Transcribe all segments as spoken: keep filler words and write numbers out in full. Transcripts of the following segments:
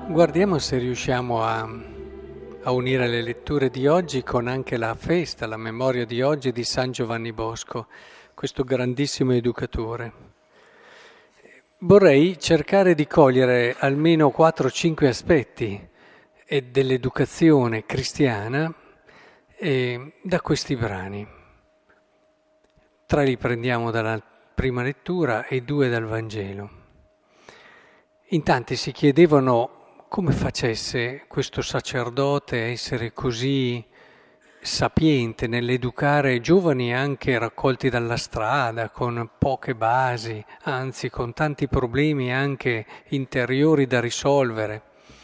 Guardiamo se riusciamo a, a unire le letture di oggi con anche la festa, la memoria di oggi di San Giovanni Bosco, questo grandissimo educatore. Vorrei cercare di cogliere almeno quattro cinque aspetti eh, dell'educazione cristiana eh, da questi brani. Tre li prendiamo dalla prima lettura e due dal Vangelo. In tanti si chiedevano come facesse questo sacerdote a essere così sapiente nell'educare giovani anche raccolti dalla strada, con poche basi, anzi con tanti problemi anche interiori da risolvere.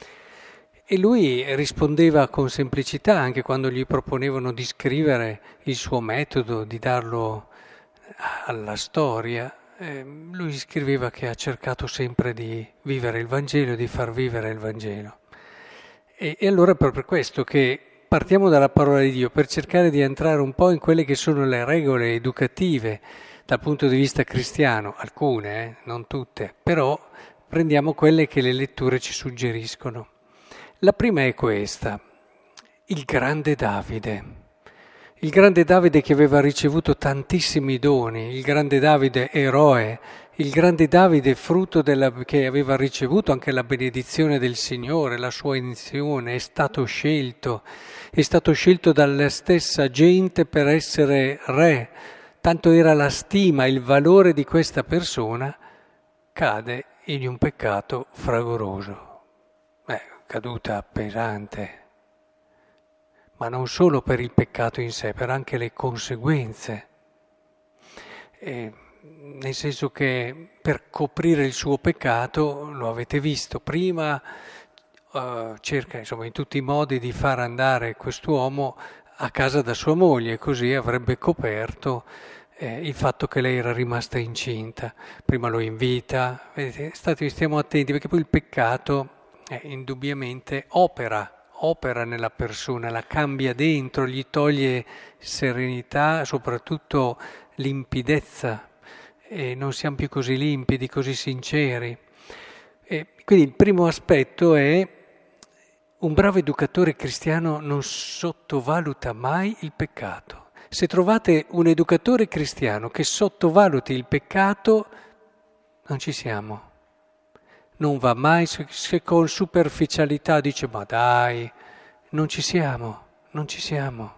E lui rispondeva con semplicità anche quando gli proponevano di scrivere il suo metodo, di darlo alla storia. Eh, lui scriveva che ha cercato sempre di vivere il Vangelo, di far vivere il Vangelo. E, e allora è proprio per questo che partiamo dalla parola di Dio per cercare di entrare un po' in quelle che sono le regole educative dal punto di vista cristiano, alcune, eh, non tutte, però prendiamo quelle che le letture ci suggeriscono. La prima è questa, il grande Davide. Il grande Davide che aveva ricevuto tantissimi doni, il grande Davide eroe, il grande Davide frutto della, che aveva ricevuto anche la benedizione del Signore, la sua unzione, è stato scelto, è stato scelto dalla stessa gente per essere re, tanto era la stima, il valore di questa persona, cade in un peccato fragoroso, eh, caduta pesante. Ma non solo per il peccato in sé, per anche le conseguenze. Eh, nel senso che per coprire il suo peccato, lo avete visto, prima uh, cerca insomma in tutti i modi di far andare quest'uomo a casa da sua moglie, così avrebbe coperto eh, il fatto che lei era rimasta incinta. Prima lo invita, vedete, state, stiamo attenti perché poi il peccato eh, indubbiamente opera. opera nella persona, la cambia dentro, gli toglie serenità, soprattutto limpidezza, e non siamo più così limpidi, così sinceri. E quindi il primo aspetto è un bravo educatore cristiano non sottovaluta mai il peccato. Se trovate un educatore cristiano che sottovaluti il peccato, non ci siamo. Non va mai se con superficialità dice ma dai, non ci siamo, non ci siamo.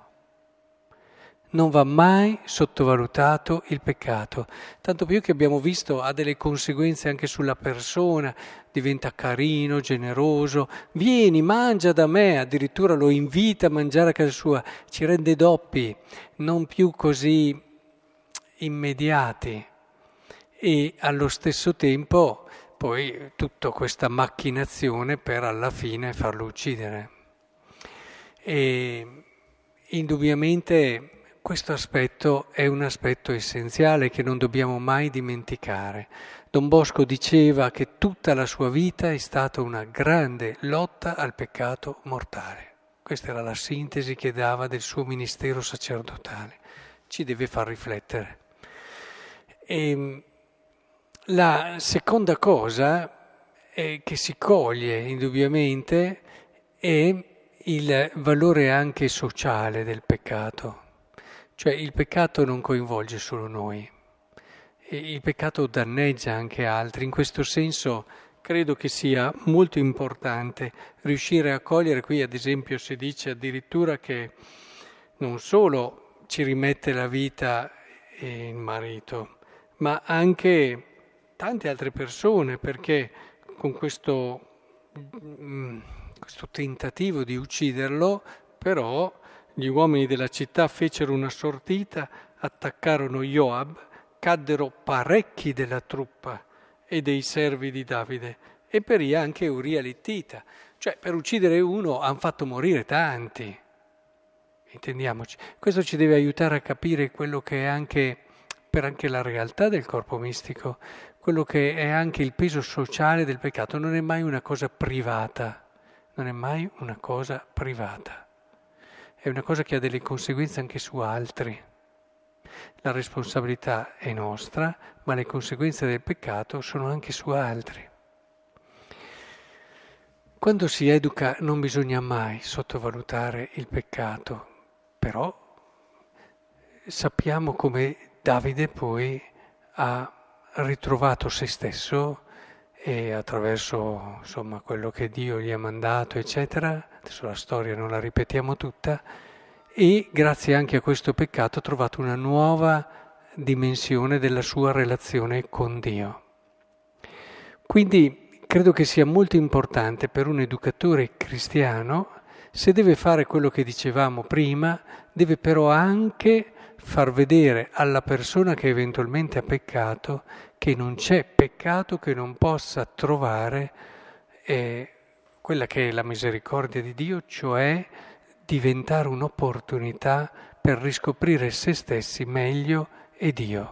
Non va mai sottovalutato il peccato, tanto più che abbiamo visto ha delle conseguenze anche sulla persona, diventa carino, generoso, vieni, mangia da me, addirittura lo invita a mangiare a casa sua, ci rende doppi, non più così immediati e allo stesso tempo poi tutta questa macchinazione per alla fine farlo uccidere. E indubbiamente questo aspetto è un aspetto essenziale che non dobbiamo mai dimenticare. Don Bosco diceva che tutta la sua vita è stata una grande lotta al peccato mortale. Questa era la sintesi che dava del suo ministero sacerdotale. Ci deve far riflettere. E la seconda cosa eh, che si coglie indubbiamente è il valore anche sociale del peccato. Cioè il peccato non coinvolge solo noi, e il peccato danneggia anche altri. In questo senso credo che sia molto importante riuscire a cogliere, qui ad esempio si dice addirittura che non solo ci rimette la vita il marito, ma anche tante altre persone, perché con questo, questo tentativo di ucciderlo, però gli uomini della città fecero una sortita, attaccarono Joab, caddero parecchi della truppa e dei servi di Davide, e perì anche Uria l'Ittita. Cioè per uccidere uno hanno fatto morire tanti, intendiamoci. Questo ci deve aiutare a capire quello che è anche, per anche la realtà del corpo mistico, quello che è anche il peso sociale del peccato. Non è mai una cosa privata, non è mai una cosa privata. È una cosa che ha delle conseguenze anche su altri. La responsabilità è nostra, ma le conseguenze del peccato sono anche su altri. Quando si educa non bisogna mai sottovalutare il peccato, però sappiamo come Davide poi ha ritrovato se stesso e attraverso insomma quello che Dio gli ha mandato, eccetera, adesso la storia non la ripetiamo tutta, e grazie anche a questo peccato ha trovato una nuova dimensione della sua relazione con Dio. Quindi credo che sia molto importante per un educatore cristiano, se deve fare quello che dicevamo prima, deve però anche far vedere alla persona che eventualmente ha peccato che non c'è peccato che non possa trovare eh, quella che è la misericordia di Dio, cioè diventare un'opportunità per riscoprire se stessi meglio e Dio.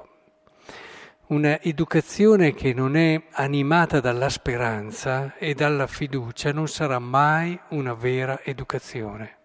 Una educazione che non è animata dalla speranza e dalla fiducia non sarà mai una vera educazione.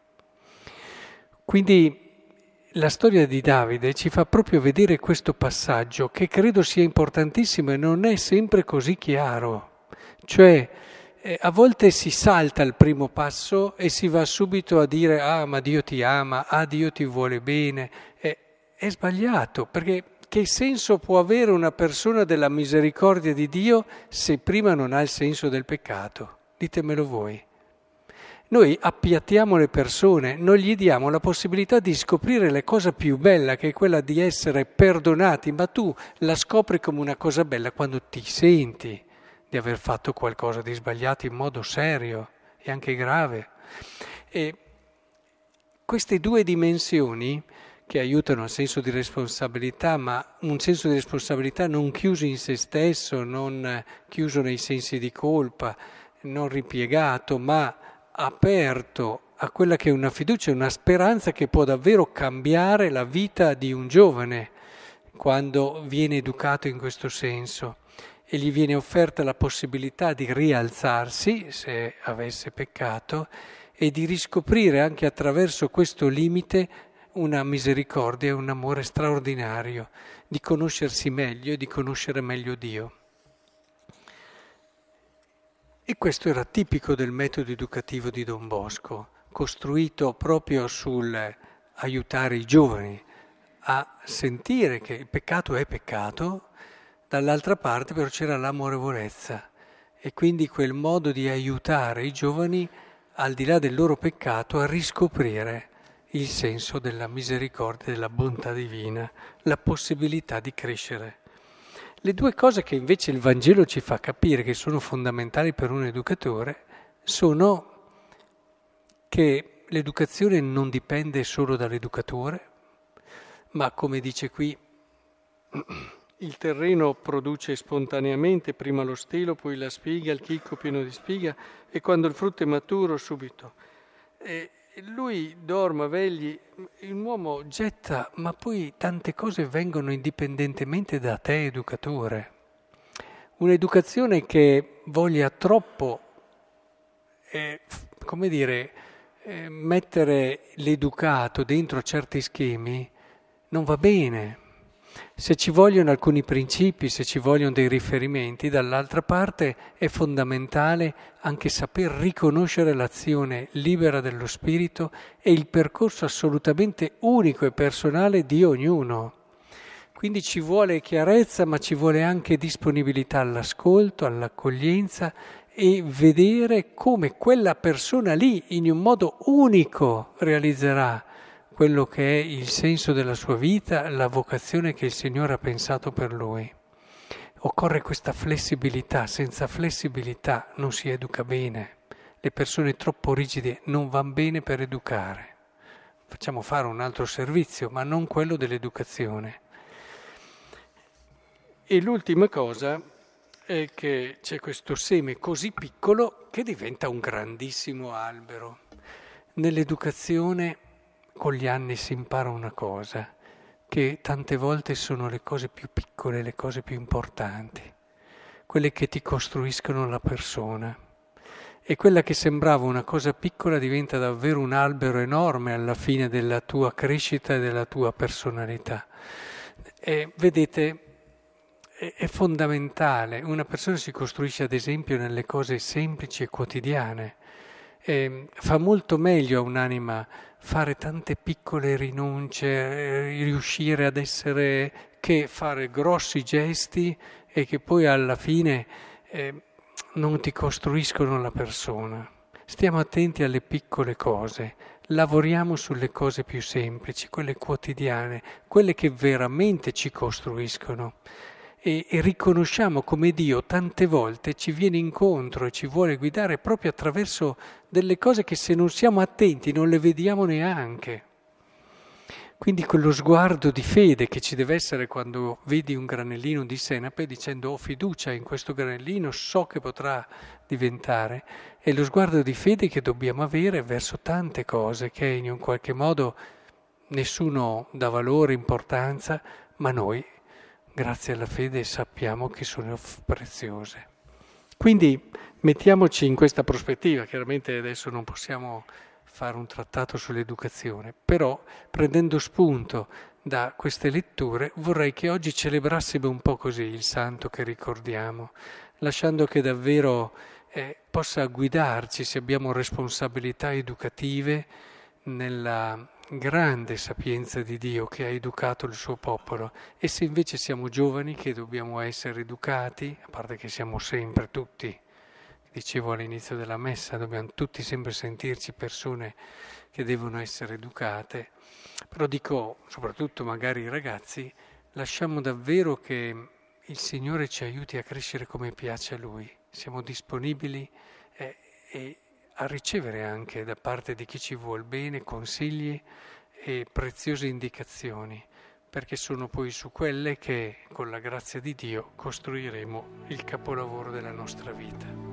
Quindi la storia di Davide ci fa proprio vedere questo passaggio che credo sia importantissimo e non è sempre così chiaro. Cioè, eh, a volte si salta il primo passo e si va subito a dire ah ma Dio ti ama, ah Dio ti vuole bene. Eh, è sbagliato, perché che senso può avere una persona della misericordia di Dio se prima non ha il senso del peccato? Ditemelo voi. Noi appiattiamo le persone, non gli diamo la possibilità di scoprire la cosa più bella, che è quella di essere perdonati, ma tu la scopri come una cosa bella quando ti senti di aver fatto qualcosa di sbagliato in modo serio e anche grave. E queste due dimensioni che aiutano al senso di responsabilità, ma un senso di responsabilità non chiuso in se stesso, non chiuso nei sensi di colpa, non ripiegato, ma aperto a quella che è una fiducia e una speranza che può davvero cambiare la vita di un giovane quando viene educato in questo senso e gli viene offerta la possibilità di rialzarsi se avesse peccato e di riscoprire anche attraverso questo limite una misericordia e un amore straordinario, di conoscersi meglio e di conoscere meglio Dio. E questo era tipico del metodo educativo di Don Bosco, costruito proprio sul aiutare i giovani a sentire che il peccato è peccato, dall'altra parte però c'era l'amorevolezza e quindi quel modo di aiutare i giovani al di là del loro peccato a riscoprire il senso della misericordia, della bontà divina, la possibilità di crescere. Le due cose che invece il Vangelo ci fa capire che sono fondamentali per un educatore sono che l'educazione non dipende solo dall'educatore, ma come dice qui, il terreno produce spontaneamente prima lo stelo, poi la spiga, il chicco pieno di spiga e quando il frutto è maturo subito. E lui dorma, vegli, un uomo getta, ma poi tante cose vengono indipendentemente da te, educatore. Un'educazione che voglia troppo, eh, come dire, eh, mettere l'educato dentro certi schemi non va bene. Se ci vogliono alcuni principi, se ci vogliono dei riferimenti, dall'altra parte è fondamentale anche saper riconoscere l'azione libera dello spirito e il percorso assolutamente unico e personale di ognuno. Quindi ci vuole chiarezza, ma ci vuole anche disponibilità all'ascolto, all'accoglienza e vedere come quella persona lì, in un modo unico, realizzerà quello che è il senso della sua vita, la vocazione che il Signore ha pensato per lui. Occorre questa flessibilità, senza flessibilità non si educa bene. Le persone troppo rigide non vanno bene per educare. Facciamo fare un altro servizio, ma non quello dell'educazione. E l'ultima cosa è che c'è questo seme così piccolo che diventa un grandissimo albero. Nell'educazione con gli anni si impara una cosa, che tante volte sono le cose più piccole, le cose più importanti, quelle che ti costruiscono la persona. E quella che sembrava una cosa piccola diventa davvero un albero enorme alla fine della tua crescita e della tua personalità. E vedete, è, è fondamentale. Una persona si costruisce ad esempio nelle cose semplici e quotidiane. E fa molto meglio a un'anima fare tante piccole rinunce, eh, riuscire ad essere, che fare grossi gesti e che poi alla fine eh, non ti costruiscono la persona. Stiamo attenti alle piccole cose, lavoriamo sulle cose più semplici, quelle quotidiane, quelle che veramente ci costruiscono. E, e riconosciamo come Dio tante volte ci viene incontro e ci vuole guidare proprio attraverso delle cose che se non siamo attenti non le vediamo neanche. Quindi quello sguardo di fede che ci deve essere quando vedi un granellino di senape dicendo ho fiducia in questo granellino, so che potrà diventare, è lo sguardo di fede che dobbiamo avere verso tante cose che in un qualche modo nessuno dà valore, importanza, ma noi grazie alla fede sappiamo che sono preziose. Quindi mettiamoci in questa prospettiva, chiaramente adesso non possiamo fare un trattato sull'educazione, però prendendo spunto da queste letture vorrei che oggi celebrassimo un po' così il santo che ricordiamo, lasciando che davvero eh, possa guidarci se abbiamo responsabilità educative nella grande sapienza di Dio che ha educato il suo popolo e se invece siamo giovani che dobbiamo essere educati, a parte che siamo sempre tutti, dicevo all'inizio della messa, dobbiamo tutti sempre sentirci persone che devono essere educate, però dico, soprattutto magari i ragazzi, lasciamo davvero che il Signore ci aiuti a crescere come piace a Lui, siamo disponibili eh, e a ricevere anche da parte di chi ci vuol bene consigli e preziose indicazioni, perché sono poi su quelle che, con la grazia di Dio, costruiremo il capolavoro della nostra vita.